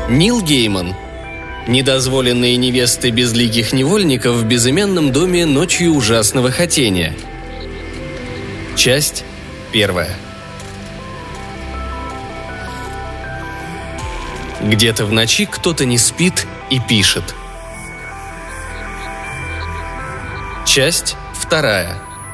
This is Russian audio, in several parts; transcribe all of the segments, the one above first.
Нил Гейман. Недозволенные невесты безликих невольников в безымянном доме ночью ужасного хотения. Часть 1. Где-то в ночи кто-то не спит и пишет. Часть 2.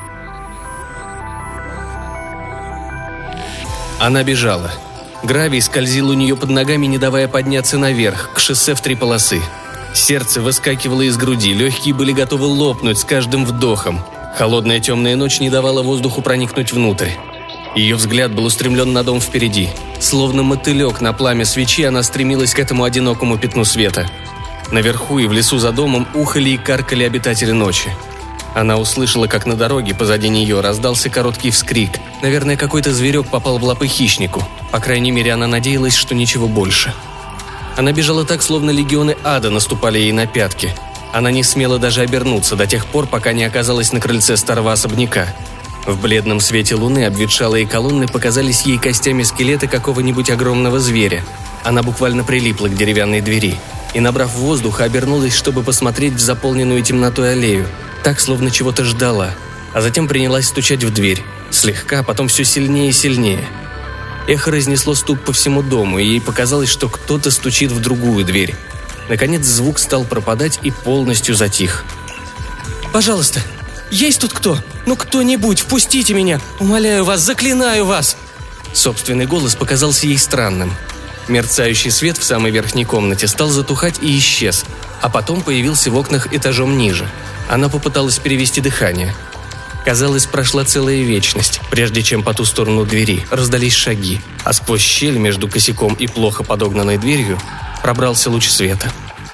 Она бежала. Гравий скользил у нее под ногами, не давая подняться наверх, к шоссе в 3 полосы. Сердце выскакивало из груди, легкие были готовы лопнуть с каждым вдохом. Холодная темная ночь не давала воздуху проникнуть внутрь. Ее взгляд был устремлен на дом впереди. Словно мотылек на пламя свечи, она стремилась к этому одинокому пятну света. Наверху и в лесу за домом ухали и каркали обитатели ночи. Она услышала, как на дороге позади нее раздался короткий вскрик. Наверное, какой-то зверек попал в лапы хищнику. По крайней мере, она надеялась, что ничего больше. Она бежала так, словно легионы ада наступали ей на пятки. Она не смела даже обернуться до тех пор, пока не оказалась на крыльце старого особняка. В бледном свете луны обветшалые колонны показались ей костями скелета какого-нибудь огромного зверя. Она буквально прилипла к деревянной двери и, набрав воздуха, обернулась, чтобы посмотреть в заполненную темнотой аллею, так, словно чего-то ждала, а затем принялась стучать в дверь, слегка, потом все сильнее и сильнее. Эхо разнесло стук по всему дому, и ей показалось, что кто-то стучит в другую дверь. Наконец звук стал пропадать и полностью затих. «Пожалуйста, есть тут кто? Ну кто-нибудь, впустите меня! Умоляю вас, заклинаю вас!» Собственный голос показался ей странным. Мерцающий свет в самой верхней комнате стал затухать и исчез, а потом появился в окнах этажом ниже. Она попыталась перевести дыхание. Казалось, прошла целая вечность, прежде чем по ту сторону двери раздались шаги, а сквозь щель между косяком и плохо подогнанной дверью пробрался луч света.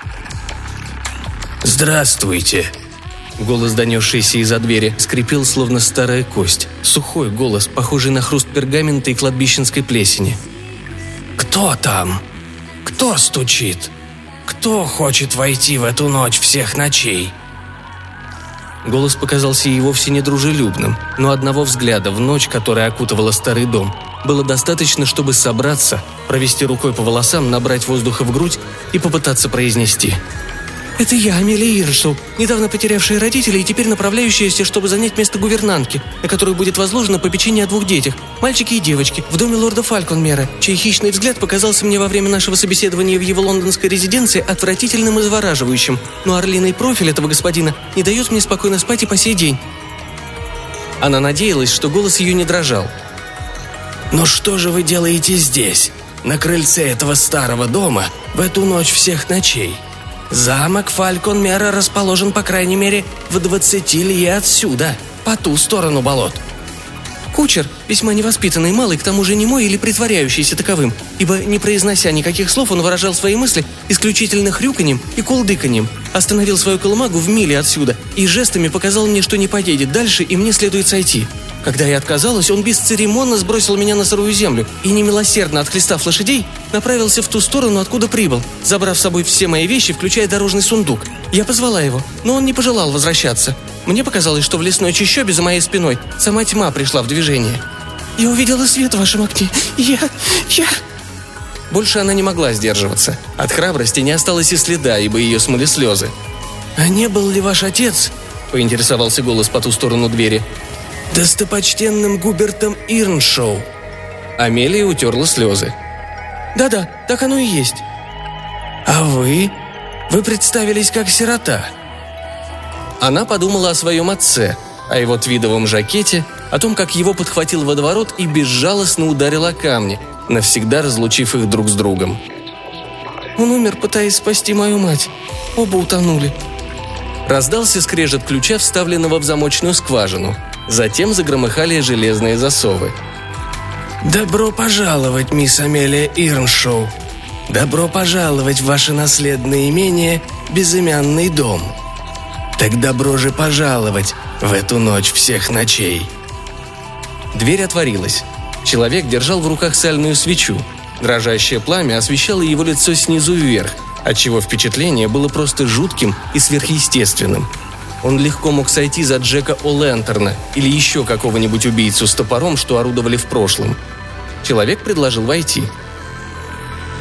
«Здравствуйте!» Голос, донесшийся из-за двери, скрипел, словно старая кость. Сухой голос, похожий на хруст пергамента и кладбищенской плесени. «Кто там? Кто стучит? Кто хочет войти в эту ночь всех ночей?» Голос показался ей вовсе не дружелюбным, но одного взгляда в ночь, которая окутывала старый дом, было достаточно, чтобы собраться, провести рукой по волосам, набрать воздуха в грудь и попытаться произнести. «Это я, Амелия Ирншоу, недавно потерявшая родителей и теперь направляющаяся, чтобы занять место гувернантки, на которую будет возложено попечение о 2 детях, мальчике и девочке, в доме лорда Фалконмера, чей хищный взгляд показался мне во время нашего собеседования в его лондонской резиденции отвратительным и завораживающим, но орлиный профиль этого господина не дает мне спокойно спать и по сей день». Она надеялась, что голос ее не дрожал. «Но что же вы делаете здесь, на крыльце этого старого дома, в эту ночь всех ночей? Замок Фалконмера расположен, по крайней мере, в 20 лье отсюда, по ту сторону болот». Кучер, весьма невоспитанный, малый, к тому же немой или притворяющийся таковым, ибо, не произнося никаких слов, он выражал свои мысли исключительно хрюканьем и кулдыканьем, остановил свою колымагу в миле отсюда и жестами показал мне, что не поедет дальше и мне следует сойти. Когда я отказалась, он бесцеремонно сбросил меня на сырую землю и, немилосердно отхлестав лошадей, направился в ту сторону, откуда прибыл, забрав с собой все мои вещи, включая дорожный сундук. Я позвала его, но он не пожелал возвращаться. Мне показалось, что в лесной чащобе за моей спиной сама тьма пришла в движение. «Я увидела свет в вашем окне. Я...» Больше она не могла сдерживаться. От храбрости не осталось и следа, ибо ее смыли слезы. «А не был ли ваш отец?» – поинтересовался голос по ту сторону двери. «Достопочтенным Губертом Ирншоу». Амелия утерла слезы. «Да-да, так оно и есть». «А вы? Вы представились как сирота». Она подумала о своем отце, о его твидовом жакете, о том, как его подхватил водоворот и безжалостно ударил о камни, навсегда разлучив их друг с другом. «Он умер, пытаясь спасти мою мать. Оба утонули». Раздался скрежет ключа, вставленного в замочную скважину. Затем загромыхали железные засовы. «Добро пожаловать, мисс Амелия Ирншоу. Добро пожаловать в ваше наследное имение «Безымянный дом». Так добро же пожаловать в эту ночь всех ночей». Дверь отворилась. Человек держал в руках сальную свечу. Дрожащее пламя освещало его лицо снизу вверх, отчего впечатление было просто жутким и сверхъестественным. Он легко мог сойти за Джека О'Лентерна или еще какого-нибудь убийцу с топором, что орудовали в прошлом. Человек предложил войти.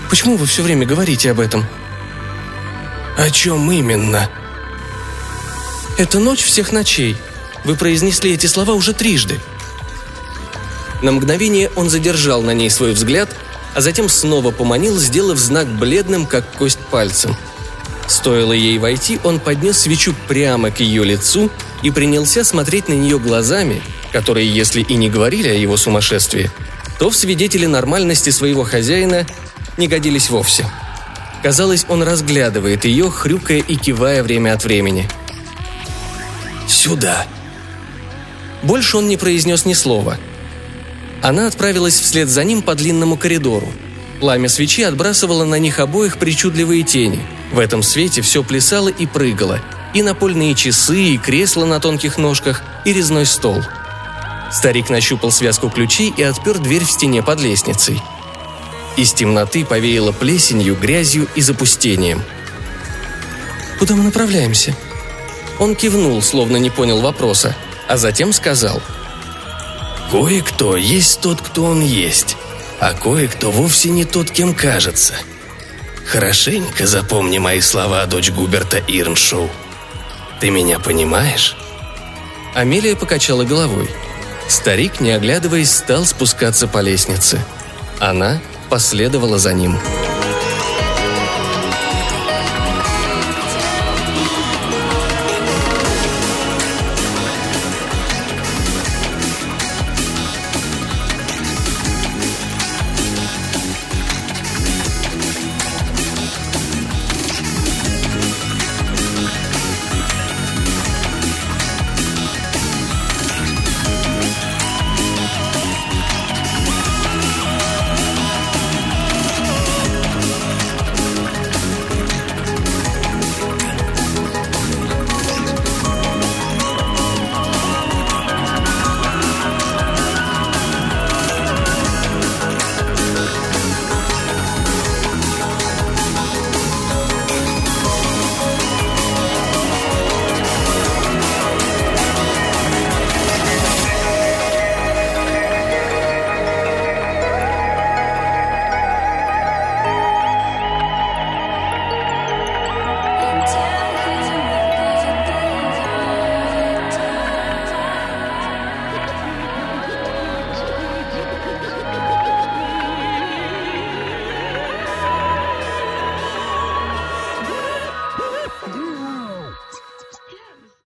Почему вы все время говорите об этом?» «О чем именно?» «Это ночь всех ночей. Вы произнесли эти слова уже трижды». На мгновение он задержал на ней свой взгляд, а затем снова поманил, сделав знак бледным, как кость, пальцем. Стоило ей войти, он поднес свечу прямо к ее лицу и принялся смотреть на нее глазами, которые, если и не говорили о его сумасшествии, то в свидетели нормальности своего хозяина не годились вовсе. Казалось, он разглядывает ее, хрюкая и кивая время от времени. «Сюда!» Больше он не произнес ни слова. Она отправилась вслед за ним по длинному коридору. Пламя свечи отбрасывало на них обоих причудливые тени. В этом свете все плясало и прыгало. И напольные часы, и кресла на тонких ножках, и резной стол. Старик нащупал связку ключей и отпер дверь в стене под лестницей. Из темноты повеяло плесенью, грязью и запустением. «Куда мы направляемся?» Он кивнул, словно не понял вопроса, а затем сказал: «Кое-кто есть тот, кто он есть, а кое-кто вовсе не тот, кем кажется. Хорошенько запомни мои слова, дочь Губерта Ирншоу. Ты меня понимаешь?» Амелия покачала головой. Старик, не оглядываясь, стал спускаться по лестнице. Она последовала за ним.